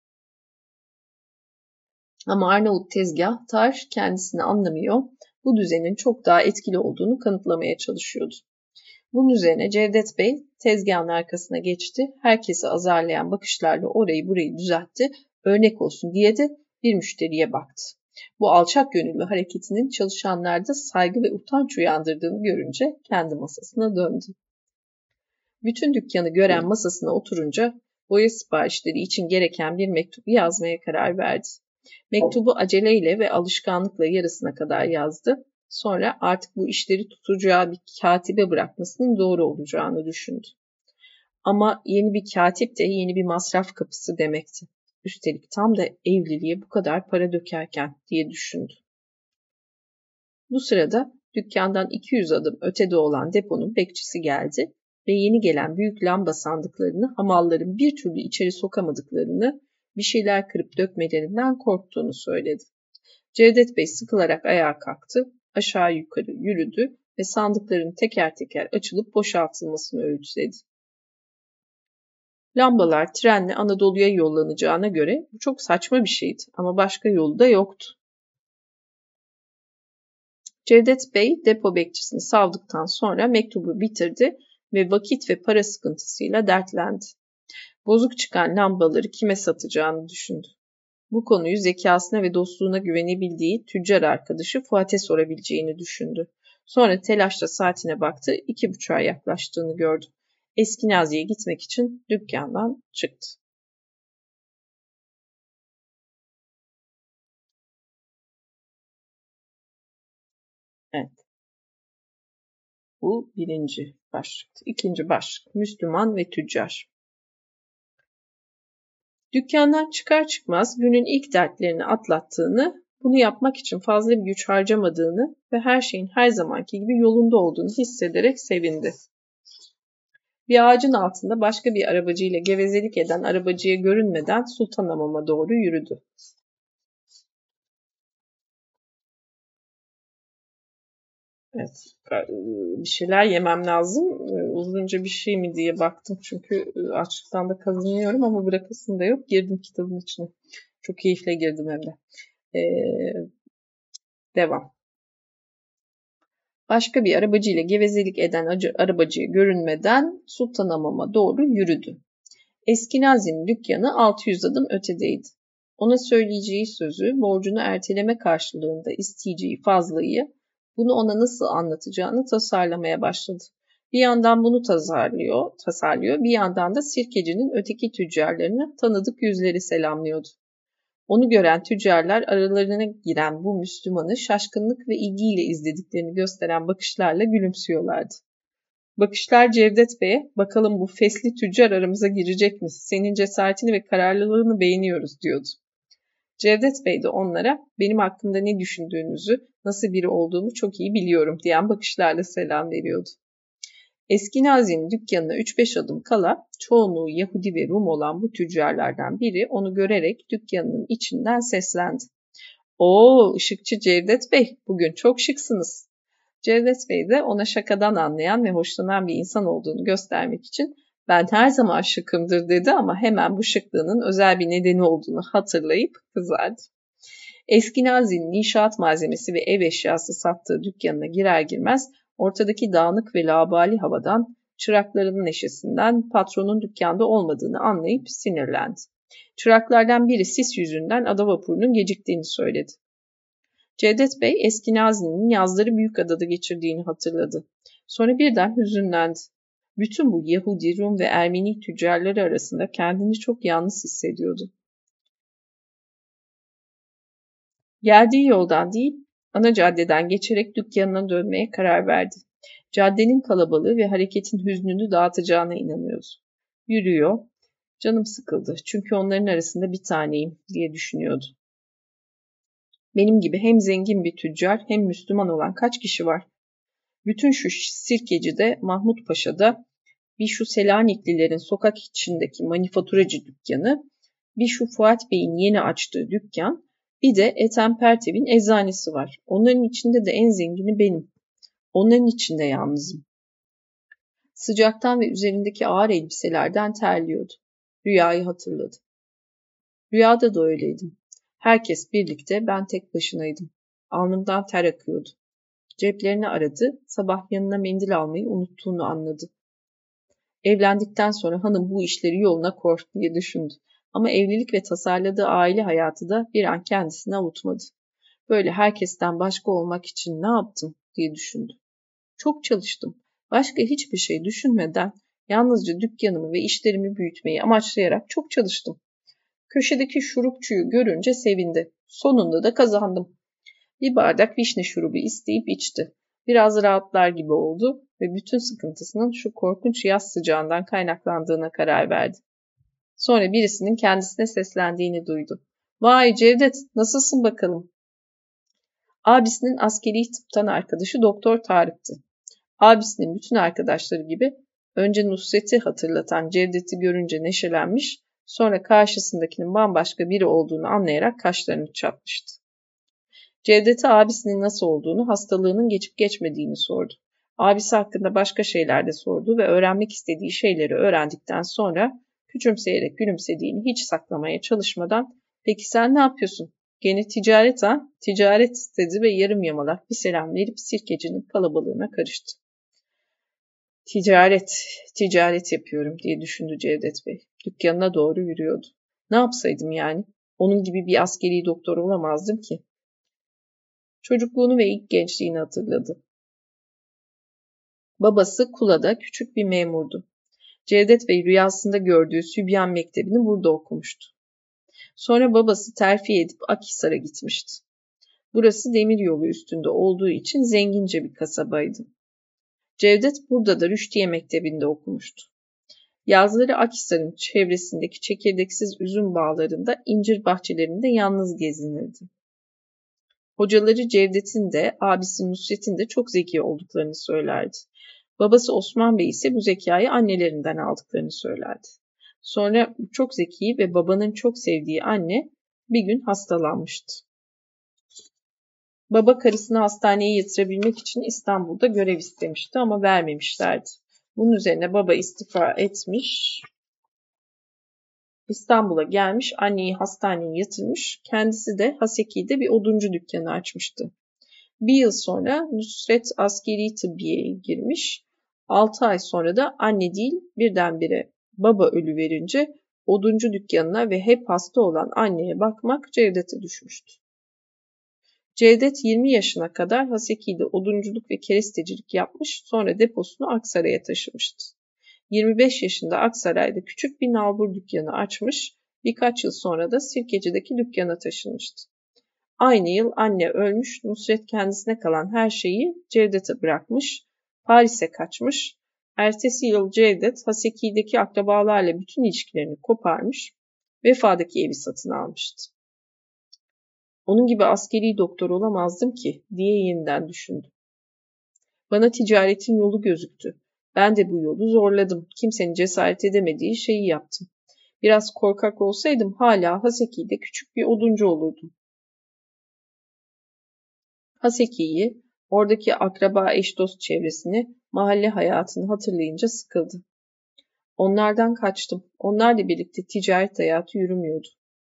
Ama Arnavut tezgahtar kendisini anlamıyor, bu düzenin çok daha etkili olduğunu kanıtlamaya çalışıyordu. Bunun üzerine Cevdet Bey tezgahın arkasına geçti, herkesi azarlayan bakışlarla orayı burayı düzeltti, örnek olsun diye de bir müşteriye baktı. Bu alçak gönüllü hareketinin çalışanlarda saygı ve utanç uyandırdığını görünce kendi masasına döndü. Bütün dükkanı gören masasına oturunca boya siparişleri için gereken bir mektubu yazmaya karar verdi. Mektubu aceleyle ve alışkanlıkla yarısına kadar yazdı. Sonra artık bu işleri tutacağı bir katibe bırakmasının doğru olacağını düşündü. Ama yeni bir katip de yeni bir masraf kapısı demekti. Üstelik tam da evliliğe bu kadar para dökerken diye düşündü. Bu sırada dükkandan iki yüz adım ötede olan deponun bekçisi geldi ve yeni gelen büyük lamba sandıklarını hamalların bir türlü içeri sokamadıklarını, bir şeyler kırıp dökmelerinden korktuğunu söyledi. Cevdet Bey sıkılarak ayağa kalktı, aşağı yukarı yürüdü ve sandıkların teker teker açılıp boşaltılmasını öğütledi. Lambalar trenle Anadolu'ya yollanacağına göre bu çok saçma bir şeydi ama başka yolu da yoktu. Cevdet Bey depo bekçisini savdıktan sonra mektubu bitirdi ve vakit ve para sıkıntısıyla dertlendi. Bozuk çıkan lambaları kime satacağını düşündü. Bu konuyu zekasına ve dostluğuna güvenebildiği tüccar arkadaşı Fuat'e sorabileceğini düşündü. Sonra telaşla saatine baktı, iki buçuğa yaklaştığını gördü. Eskinazi'ye gitmek için dükkandan çıktı. Evet. Bu birinci başlıktı. İkinci başlık, Müslüman ve tüccar. Dükkandan çıkar çıkmaz günün ilk dertlerini atlattığını, bunu yapmak için fazla bir güç harcamadığını ve her şeyin her zamanki gibi yolunda olduğunu hissederek sevindi. Bir ağacın altında başka bir arabacıyla gevezelik eden arabacıya görünmeden Sultanhamam'a doğru yürüdü. Evet, bir şeyler yemem lazım. Uzunca bir şey mi diye baktım çünkü açlıktan da kazanıyorum ama bırakasım da yok. Girdim kitabın içine. Çok keyifle girdim hem de. Ee, devam. Başka bir arabacıyla gevezelik eden acı arabacıya görünmeden Sultanhamam'a doğru yürüdü. Eskenazi'nin dükkanı altı yüz adım ötedeydi. Ona söyleyeceği sözü, borcunu erteleme karşılığında isteyeceği fazlayı, bunu ona nasıl anlatacağını tasarlamaya başladı. Bir yandan bunu tasarlıyor, tasarlıyor, bir yandan da sirkecinin öteki tüccarlarını tanıdık yüzleri selamlıyordu. Onu gören tüccarlar aralarına giren bu Müslümanı şaşkınlık ve ilgiyle izlediklerini gösteren bakışlarla gülümsüyorlardı. Bakışlar Cevdet Bey'e, bakalım bu fesli tüccar aramıza girecek mi? Senin cesaretini ve kararlılığını beğeniyoruz diyordu. Cevdet Bey de onlara benim hakkımda ne düşündüğünüzü, nasıl biri olduğumu çok iyi biliyorum diyen bakışlarla selam veriyordu. Eskenazi'nin dükkanına üç beş adım kala çoğunluğu Yahudi ve Rum olan bu tüccarlardan biri onu görerek dükkanının içinden seslendi. "Oo, ışıkçı Cevdet Bey, bugün çok şıksınız." Cevdet Bey de ona şakadan anlayan ve hoşlanan bir insan olduğunu göstermek için "Ben her zaman şıkımdır" dedi ama hemen bu şıklığının özel bir nedeni olduğunu hatırlayıp kızardı. Eskenazi'nin inşaat malzemesi ve ev eşyası sattığı dükkanına girer girmez ortadaki dağınık ve labali havadan, çıraklarının neşesinden patronun dükkanda olmadığını anlayıp sinirlendi. Çıraklardan biri sis yüzünden ada vapurunun geciktiğini söyledi. Cevdet Bey, Eskenazi'nin yazları Büyükada'da geçirdiğini hatırladı. Sonra birden hüzünlendi. Bütün bu Yahudi, Rum ve Ermeni tüccarları arasında kendini çok yalnız hissediyordu. Geldiği yoldan değil, ana caddeden geçerek dükkanına dönmeye karar verdi. Caddenin kalabalığı ve hareketin hüznünü dağıtacağına inanıyordu. Yürüyor, canım sıkıldı çünkü onların arasında bir taneyim diye düşünüyordu. Benim gibi hem zengin bir tüccar hem Müslüman olan kaç kişi var? Bütün şu Sirkeci'de, Mahmut Paşa'da, bir şu Selaniklilerin sokak içindeki manifaturacı dükkanı, bir şu Fuat Bey'in yeni açtığı dükkan, bir de Ethem Pertev'in eczanesi var. Onların içinde de en zengini benim. Onların içinde yalnızım. Sıcaktan ve üzerindeki ağır elbiselerden terliyordu. Rüyayı hatırladı. Rüyada da öyleydim. Herkes birlikte, ben tek başınaydım. Alnımdan ter akıyordu. Ceplerini aradı, sabah yanına mendil almayı unuttuğunu anladı. Evlendikten sonra hanım bu işleri yoluna koy diye düşündü. Ama evlilik ve tasarladığı aile hayatı da bir an kendisini avutmadı. Böyle herkesten başka olmak için ne yaptım diye düşündü. Çok çalıştım. Başka hiçbir şey düşünmeden yalnızca dükkanımı ve işlerimi büyütmeyi amaçlayarak çok çalıştım. Köşedeki şurupçuyu görünce sevindi. Sonunda da kazandım. Bir bardak vişne şurubu isteyip içti. Biraz rahatlar gibi oldu ve bütün sıkıntısının şu korkunç yaz sıcağından kaynaklandığına karar verdi. Sonra birisinin kendisine seslendiğini duydu. "Vay Cevdet, nasılsın bakalım?" Abisinin askeri tıptan arkadaşı Doktor Tarık'tı. Abisinin bütün arkadaşları gibi önce Nusret'i hatırlatan Cevdet'i görünce neşelenmiş, sonra karşısındakinin bambaşka biri olduğunu anlayarak kaşlarını çatmıştı. Cevdet'e abisinin nasıl olduğunu, hastalığının geçip geçmediğini sordu. Abisi hakkında başka şeyler de sordu ve öğrenmek istediği şeyleri öğrendikten sonra küçümseyerek gülümsediğini hiç saklamaya çalışmadan "Peki sen ne yapıyorsun? Gene ticaret ha?" "Ticaret" dedi ve yarım yamalak bir selam verip sirkecinin kalabalığına karıştı. "Ticaret, ticaret yapıyorum" diye düşündü Cevdet Bey. Dükkanına doğru yürüyordu. Ne yapsaydım yani? Onun gibi bir askeri doktor olamazdım ki. Çocukluğunu ve ilk gençliğini hatırladı. Babası Kula'da küçük bir memurdu. Cevdet Bey rüyasında gördüğü Sübyan Mektebi'ni burada okumuştu. Sonra babası terfi edip Akhisar'a gitmişti. Burası demiryolu üstünde olduğu için zengince bir kasabaydı. Cevdet burada da Rüştiye Mektebi'nde okumuştu. Yazları Akhisar'ın çevresindeki çekirdeksiz üzüm bağlarında, incir bahçelerinde yalnız gezinirdi. Hocaları Cevdet'in de, abisi Nusret'in de çok zeki olduklarını söylerdi. Babası Osman Bey ise bu zekayı annelerinden aldıklarını söylerdi. Sonra çok zeki ve babanın çok sevdiği anne bir gün hastalanmıştı. Baba karısını hastaneye yatırabilmek için İstanbul'da görev istemişti ama vermemişlerdi. Bunun üzerine baba istifa etmiş, İstanbul'a gelmiş, anneyi hastaneye yatırmış, kendisi de Haseki'de bir oduncu dükkanı açmıştı. Bir yıl sonra Nusret askeri tıbbiyeye girmiş, altı ay sonra da anne değil birdenbire baba ölüverince oduncu dükkanına ve hep hasta olan anneye bakmak Cevdet'e düşmüştü. Cevdet yirmi yaşına kadar Haseki'de odunculuk ve kerestecilik yapmış, sonra deposunu Aksaray'a taşımıştı. yirmi beş yaşında Aksaray'da küçük bir nalbur dükkanı açmış, birkaç yıl sonra da Sirkeci'deki dükkana taşınmıştı. Aynı yıl anne ölmüş, Nusret kendisine kalan her şeyi Cevdet'e bırakmış, Paris'e kaçmış. Ertesi yıl Cevdet, Haseki'deki akrabalarla bütün ilişkilerini koparmış, Vefa'daki evi satın almıştı. Onun gibi askeri doktor olamazdım ki diye yeniden düşündü. Bana ticaretin yolu gözüktü. Ben de bu yolu zorladım. Kimsenin cesaret edemediği şeyi yaptım. Biraz korkak olsaydım hala Haseki'de küçük bir oduncu olurdum. Haseki'yi, oradaki akraba eş dost çevresini, mahalle hayatını hatırlayınca sıkıldı. Onlardan kaçtım. Onlarla birlikte ticaret hayatı yürümüyordu.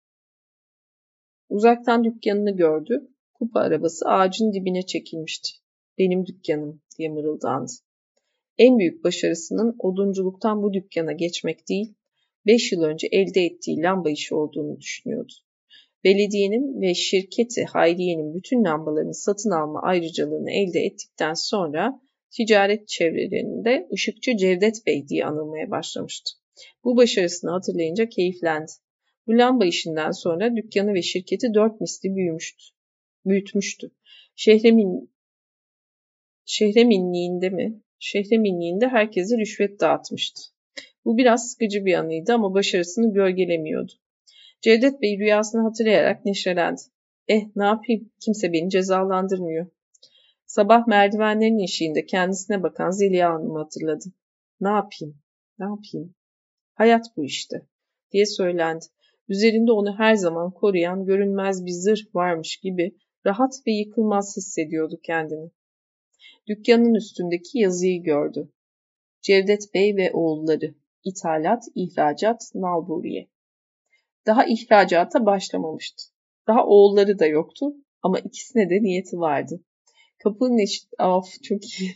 Uzaktan dükkanını gördü. Kupa arabası ağacın dibine çekilmişti. Benim dükkanım diye mırıldandı. En büyük başarısının odunculuktan bu dükkana geçmek değil, beş yıl önce elde ettiği lamba işi olduğunu düşünüyordu. Belediyenin ve şirketi Hayriye'nin bütün lambalarını satın alma ayrıcalığını elde ettikten sonra ticaret çevrelerinde Işıkçı Cevdet Bey diye anılmaya başlamıştı. Bu başarısını hatırlayınca keyiflendi. Bu lamba işinden sonra dükkanı ve şirketi dört misli büyümüştü, büyütmüştü. Şehremin, şehreminliğinde mi? Şehreminliğinde herkese rüşvet dağıtmıştı. Bu biraz sıkıcı bir anıydı ama başarısını gölgelemiyordu. Cevdet Bey rüyasını hatırlayarak neşelendi. Eh ne yapayım, kimse beni cezalandırmıyor. Sabah merdivenlerin eşiğinde kendisine bakan Zeliha Hanım'ı hatırladı. Ne yapayım, ne yapayım? Hayat bu işte, diye söylendi. Üzerinde onu her zaman koruyan görünmez bir zırh varmış gibi rahat ve yıkılmaz hissediyordu kendini. Dükkanın üstündeki yazıyı gördü. Cevdet Bey ve oğulları, İthalat, ihracat, nalburiye. Daha ihracata başlamamıştı. Daha oğulları da yoktu ama ikisine de niyeti vardı. Kapının eşit... Of çok iyi.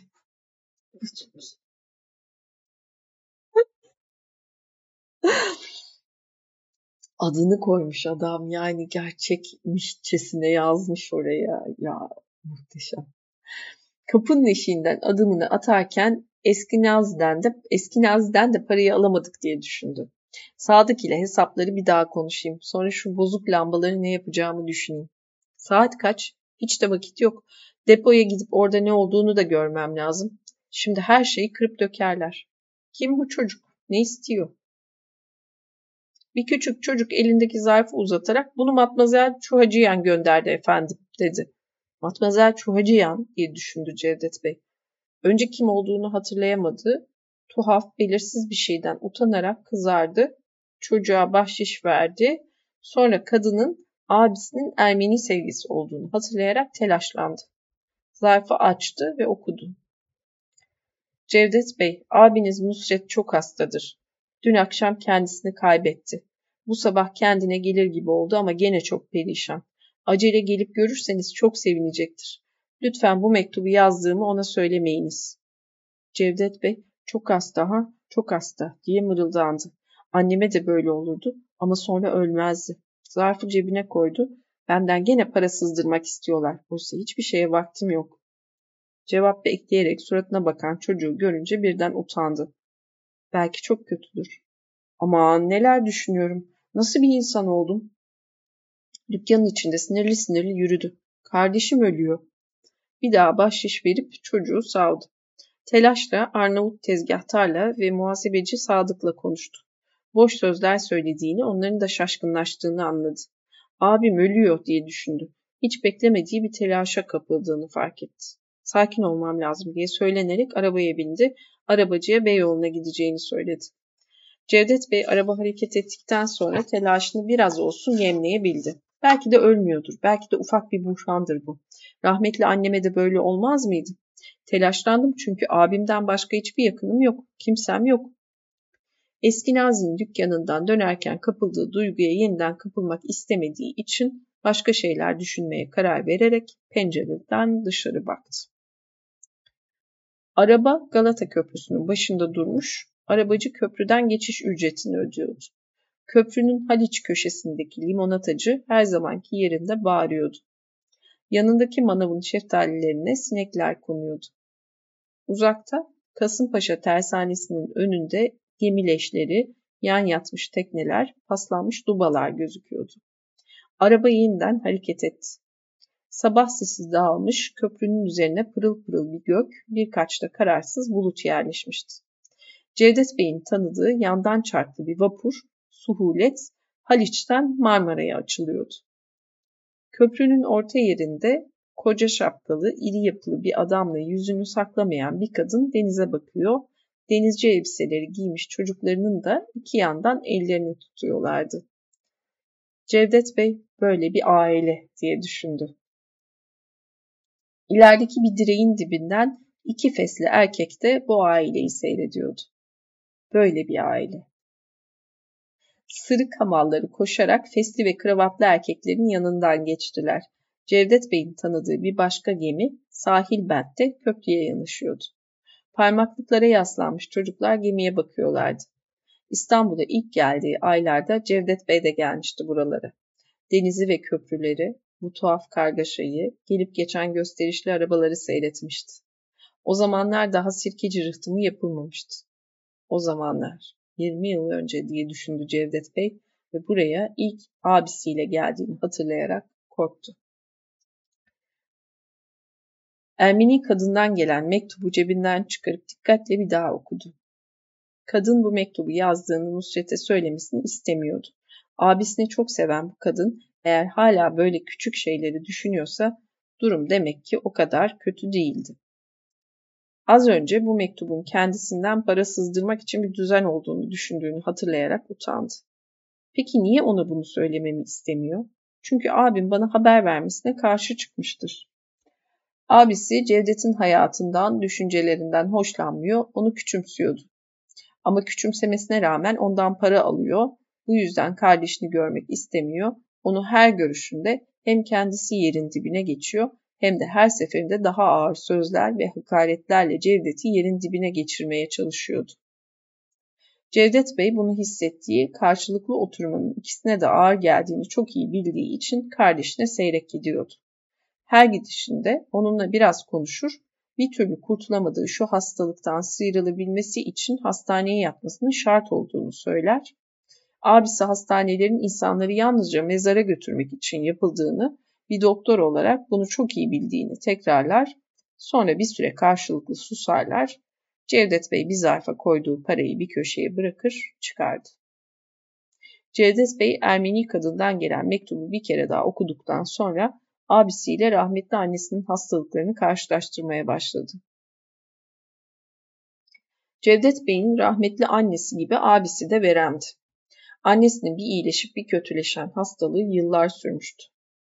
Adını koymuş adam, yani gerçekmişçesine yazmış oraya. Ya muhteşem. Kapının eşiğinden adımını atarken eski Nazi'den de, eski Nazi'den de parayı alamadık diye düşündü. Sadık ile hesapları bir daha konuşayım. Sonra şu bozuk lambaları ne yapacağımı düşüneyim. Saat kaç? Hiç de vakit yok. Depoya gidip orada ne olduğunu da görmem lazım. Şimdi her şeyi kırıp dökerler. Kim bu çocuk? Ne istiyor? Bir küçük çocuk elindeki zarfı uzatarak bunu Matmazel Çuhacıyan gönderdi efendim dedi. Matmazel Çuhacıyan diye düşündü Cevdet Bey. Önce kim olduğunu hatırlayamadı. Tuhaf, belirsiz bir şeyden utanarak kızardı. Çocuğa bahşiş verdi. Sonra kadının abisinin Ermeni sevgisi olduğunu hatırlayarak telaşlandı. Zarfı açtı ve okudu. Cevdet Bey, abiniz Nusret çok hastadır. Dün akşam kendisini kaybetti. Bu sabah kendine gelir gibi oldu ama gene çok perişan. Acele gelip görürseniz çok sevinecektir. Lütfen bu mektubu yazdığımı ona söylemeyiniz. Cevdet Bey, çok hasta ha, çok hasta diye mırıldandı. Anneme de böyle olurdu ama sonra ölmezdi. Zarfı cebine koydu. Benden gene para sızdırmak istiyorlar. Oysa hiçbir şeye vaktim yok. Cevap bekleyerek suratına bakan çocuğu görünce birden utandı. Belki çok kötüdür. Aman neler düşünüyorum. Nasıl bir insan oldum? Dükkanın içinde sinirli sinirli yürüdü. Kardeşim ölüyor. Bir daha bahşiş verip çocuğu savdı. Telaşla Arnavut tezgahtarla ve muhasebeci Sadık'la konuştu. Boş sözler söylediğini, onların da şaşkınlaştığını anladı. Abim ölüyor diye düşündü. Hiç beklemediği bir telaşa kapıldığını fark etti. Sakin olmam lazım diye söylenerek arabaya bindi. Arabacıya Beyoğlu'na gideceğini söyledi. Cevdet Bey araba hareket ettikten sonra telaşını biraz olsun yemleyebildi. Belki de ölmüyordur, belki de ufak bir buhrandır bu. Rahmetli anneme de böyle olmaz mıydı? Telaşlandım çünkü abimden başka hiçbir yakınım yok, kimsem yok. Eski Nazi'nin dükkanından dönerken kapıldığı duyguya yeniden kapılmak istemediği için başka şeyler düşünmeye karar vererek pencereden dışarı baktı. Araba Galata Köprüsü'nün başında durmuş, arabacı köprüden geçiş ücretini ödüyordu. Köprünün Haliç köşesindeki limonatacı her zamanki yerinde bağırıyordu. Yanındaki manavın şeftalilerine sinekler konuyordu. Uzakta Kasımpaşa tersanesinin önünde gemi leşleri, yan yatmış tekneler, paslanmış dubalar gözüküyordu. Araba yeniden hareket etti. Sabah sesi dağılmış, köprünün üzerine pırıl pırıl bir gök, birkaç da kararsız bulut yerleşmişti. Cevdet Bey'in tanıdığı yandan çarklı bir vapur, Suhulet, Haliç'ten Marmara'ya açılıyordu. Köprünün orta yerinde koca şapkalı, iri yapılı bir adamla yüzünü saklamayan bir kadın denize bakıyor. Denizci elbiseleri giymiş çocuklarının da iki yandan ellerini tutuyorlardı. Cevdet Bey böyle bir aile diye düşündü. İlerideki bir direğin dibinden iki fesli erkek de bu aileyi seyrediyordu. Böyle bir aile. Sırık hamalları koşarak fesli ve kravatlı erkeklerin yanından geçtiler. Cevdet Bey'in tanıdığı bir başka gemi sahil bentte köprüye yanaşıyordu. Parmaklıklara yaslanmış çocuklar gemiye bakıyorlardı. İstanbul'a ilk geldiği aylarda Cevdet Bey de gelmişti buralara. Denizi ve köprüleri, bu tuhaf kargaşayı, gelip geçen gösterişli arabaları seyretmişti. O zamanlar daha Sirkeci rıhtımı yapılmamıştı. O zamanlar, yirmi yıl önce diye düşündü Cevdet Bey ve buraya ilk abisiyle geldiğini hatırlayarak korktu. Ermeni kadından gelen mektubu cebinden çıkarıp dikkatle bir daha okudu. Kadın bu mektubu yazdığını Nusret'e söylemesini istemiyordu. Abisini çok seven bu kadın eğer hala böyle küçük şeyleri düşünüyorsa durum demek ki o kadar kötü değildi. Az önce bu mektubun kendisinden para sızdırmak için bir düzen olduğunu düşündüğünü hatırlayarak utandı. Peki niye ona bunu söylememi istemiyor? Çünkü abim bana haber vermesine karşı çıkmıştır. Abisi Cevdet'in hayatından, düşüncelerinden hoşlanmıyor, onu küçümsüyordu. Ama küçümsemesine rağmen ondan para alıyor, bu yüzden kardeşini görmek istemiyor, onu her görüşünde hem kendisi yerin dibine geçiyor hem de her seferinde daha ağır sözler ve hakaretlerle Cevdet'i yerin dibine geçirmeye çalışıyordu. Cevdet Bey bunu hissettiği, karşılıklı oturmanın ikisine de ağır geldiğini çok iyi bildiği için kardeşine seyrek gidiyordu. Her gidişinde onunla biraz konuşur, bir türlü kurtulamadığı şu hastalıktan sıyrılabilmesi için hastaneye yatmasının şart olduğunu söyler. Abisi hastanelerin insanları yalnızca mezara götürmek için yapıldığını, bir doktor olarak bunu çok iyi bildiğini tekrarlar. Sonra bir süre karşılıklı susarlar. Cevdet Bey bir zarfa koyduğu parayı bir köşeye bırakır, çıkardı. Cevdet Bey Ermeni kadından gelen mektubu bir kere daha okuduktan sonra abisiyle rahmetli annesinin hastalıklarını karşılaştırmaya başladı. Cevdet Bey'in rahmetli annesi gibi abisi de veremdi. Annesinin bir iyileşip bir kötüleşen hastalığı yıllar sürmüştü.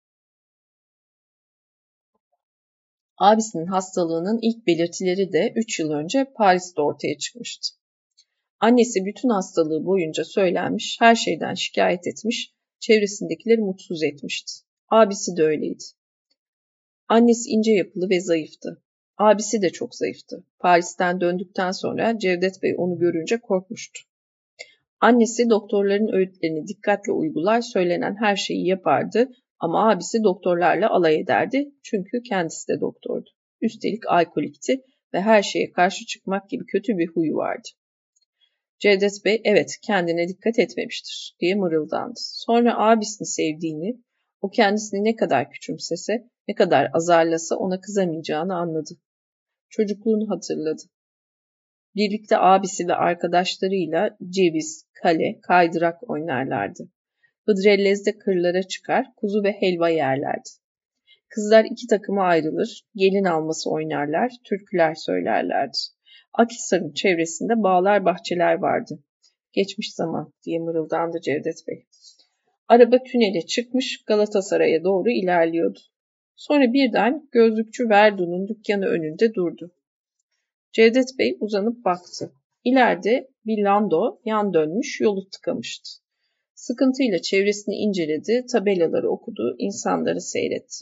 Abisinin hastalığının ilk belirtileri de üç yıl önce Paris'te ortaya çıkmıştı. Annesi bütün hastalığı boyunca söylenmiş, her şeyden şikayet etmiş, çevresindekileri mutsuz etmişti. Abisi de öyleydi. Annesi ince yapılı ve zayıftı. Abisi de çok zayıftı. Paris'ten döndükten sonra Cevdet Bey onu görünce korkmuştu. Annesi doktorların öğütlerini dikkatle uygular, söylenen her şeyi yapardı ama abisi doktorlarla alay ederdi çünkü kendisi de doktordu. Üstelik alkolikti ve her şeye karşı çıkmak gibi kötü bir huyu vardı. Cevdet Bey evet kendine dikkat etmemiştir diye mırıldandı. Sonra abisini sevdiğini, o kendisini ne kadar küçümsese, ne kadar azarlasa ona kızamayacağını anladı. Çocukluğunu hatırladı. Birlikte abisi ve arkadaşlarıyla ceviz, kale, kaydırak oynarlardı. Hıdrellez'de kırlara çıkar, kuzu ve helva yerlerdi. Kızlar iki takıma ayrılır, gelin alması oynarlar, türküler söylerlerdi. Akhisar'ın çevresinde bağlar bahçeler vardı. Geçmiş zaman diye mırıldandı Cevdet Bey. Araba tünele çıkmış, Galatasaray'a doğru ilerliyordu. Sonra birden gözlükçü Verdun'un dükkanı önünde durdu. Cevdet Bey uzanıp baktı. İleride bir lando yan dönmüş, yolu tıkamıştı. Sıkıntıyla çevresini inceledi, tabelaları okudu, insanları seyretti.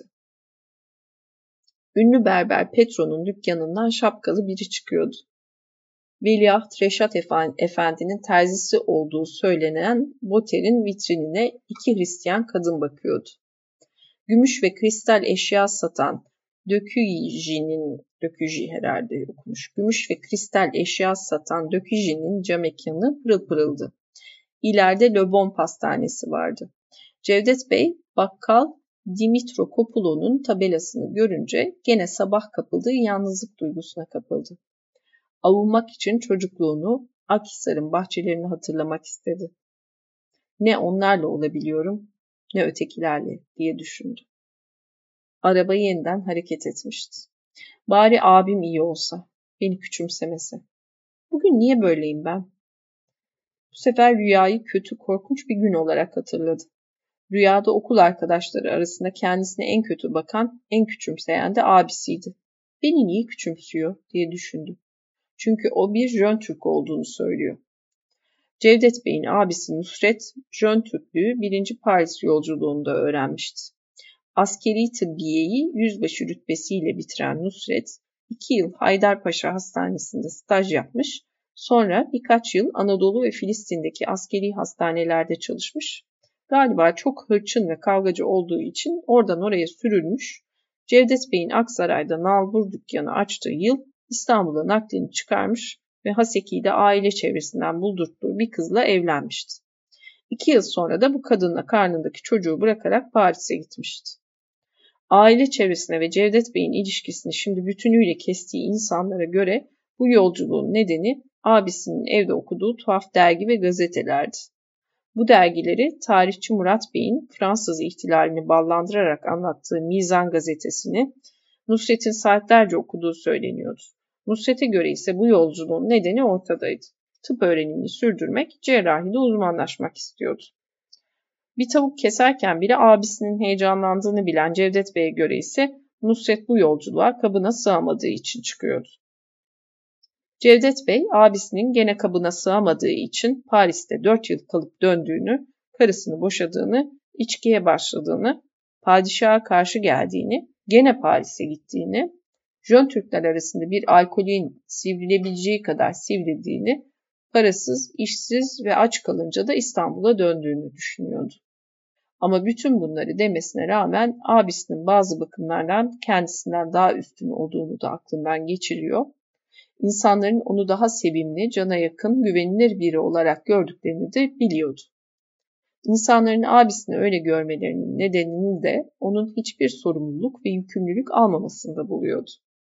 Ünlü berber Petro'nun dükkanından şapkalı biri çıkıyordu. Veliaht Reşat Efendi'nin terzisi olduğu söylenen Boter'in vitrinine iki Hristiyan kadın bakıyordu. Gümüş ve kristal eşya satan Döküji'nin, Döküji herhalde okumuş, gümüş ve kristal eşya satan Döküji'nin cam mekanı pırıl pırıldı. İleride Le Bon pastanesi vardı. Cevdet Bey, bakkal Dimitro Kopulo'nun tabelasını görünce gene sabah kapıldığı yalnızlık duygusuna kapıldı. Avunmak için çocukluğunu, Akhisar'ın bahçelerini hatırlamak istedi. Ne onlarla olabiliyorum, ne ötekilerle diye düşündü. Araba yeniden hareket etmişti. Bari abim iyi olsa, beni küçümsemese. Bugün niye böyleyim ben? Bu sefer rüyayı kötü, korkunç bir gün olarak hatırladı. Rüyada okul arkadaşları arasında kendisine en kötü bakan, en küçümseyen de abisiydi. Beni niye küçümsüyor diye düşündü. Çünkü o bir Jön Türk olduğunu söylüyor. Cevdet Bey'in abisi Nusret, Jön Türklüğü birinci Paris yolculuğunda öğrenmişti. Askeri tıbbiyeyi yüzbaşı rütbesiyle bitiren Nusret, iki yıl Haydarpaşa Hastanesi'nde staj yapmış, sonra birkaç yıl Anadolu ve Filistin'deki askeri hastanelerde çalışmış. Galiba çok hırçın ve kavgacı olduğu için oradan oraya sürülmüş, Cevdet Bey'in Aksaray'da nalbur dükkanı açtığı yıl İstanbul'a naklini çıkarmış ve Haseki'de aile çevresinden buldurttuğu bir kızla evlenmişti. İki yıl sonra da bu kadınla karnındaki çocuğu bırakarak Paris'e gitmişti. Aile çevresine ve Cevdet Bey'in ilişkisini şimdi bütünüyle kestiği insanlara göre bu yolculuğun nedeni abisinin evde okuduğu tuhaf dergi ve gazetelerdi. Bu dergileri tarihçi Murat Bey'in Fransız ihtilalini ballandırarak anlattığı Mizan gazetesini Nusret'in saatlerce okuduğu söyleniyordu. Nusret'e göre ise bu yolculuğun nedeni ortadaydı. Tıp öğrenimini sürdürmek, cerrahide uzmanlaşmak istiyordu. Bir tavuk keserken bile abisinin heyecanlandığını bilen Cevdet Bey'e göre ise Nusret bu yolculuğa kabına sığamadığı için çıkıyordu. Cevdet Bey, abisinin gene kabına sığamadığı için Paris'te dört yıl kalıp döndüğünü, karısını boşadığını, içkiye başladığını, padişaha karşı geldiğini, gene Paris'e gittiğini, Jön Türkler arasında bir alkolün sivrilebileceği kadar sivrildiğini, parasız, işsiz ve aç kalınca da İstanbul'a döndüğünü düşünüyordu. Ama bütün bunları demesine rağmen abisinin bazı bakımlardan kendisinden daha üstün olduğunu da aklından geçiriyor. İnsanların onu daha sevimli, cana yakın, güvenilir biri olarak gördüklerini de biliyordu. İnsanların abisini öyle görmelerinin nedenini de onun hiçbir sorumluluk ve yükümlülük almamasında buluyordu.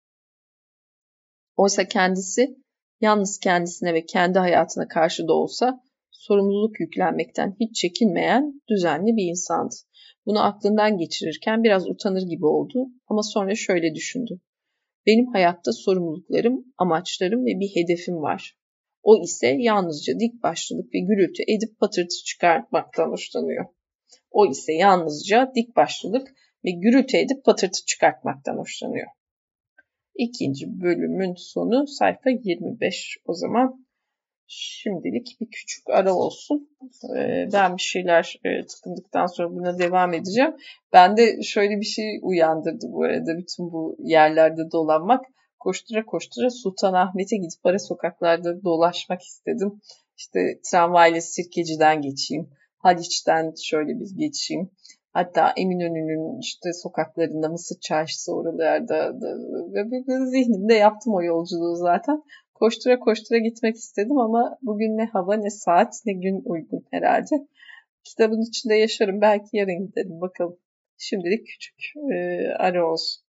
Oysa kendisi yalnız kendisine ve kendi hayatına karşı da olsa sorumluluk yüklenmekten hiç çekinmeyen düzenli bir insandı. Bunu aklından geçirirken biraz utanır gibi oldu ama sonra şöyle düşündü. Benim hayatta sorumluluklarım, amaçlarım ve bir hedefim var. O ise yalnızca dik başlılık ve gürültü edip patırtı çıkartmaktan hoşlanıyor. O ise yalnızca dik başlılık ve gürültü edip patırtı çıkartmaktan hoşlanıyor. İkinci bölümün sonu sayfa yirmi beş o zaman. Şimdilik bir küçük ara olsun. Ben bir şeyler tıkındıktan sonra buna devam edeceğim. Ben de şöyle bir şey uyandırdı bu arada bütün bu yerlerde dolanmak. Koştura koştura Sultanahmet'e gidip ara sokaklarda dolaşmak istedim. İşte tramvayla Sirkeci'den geçeyim. Haliç'ten şöyle bir geçeyim. Hatta Eminönü'nün işte sokaklarında, Mısır Çarşısı oralarda da, zihnimde yaptım o yolculuğu zaten. Koştura koştura gitmek istedim ama bugün ne hava ne saat ne gün uygun herhalde. Kitabın içinde yaşarım. Belki yarın giderim bakalım. Şimdilik küçük e, ara olsun.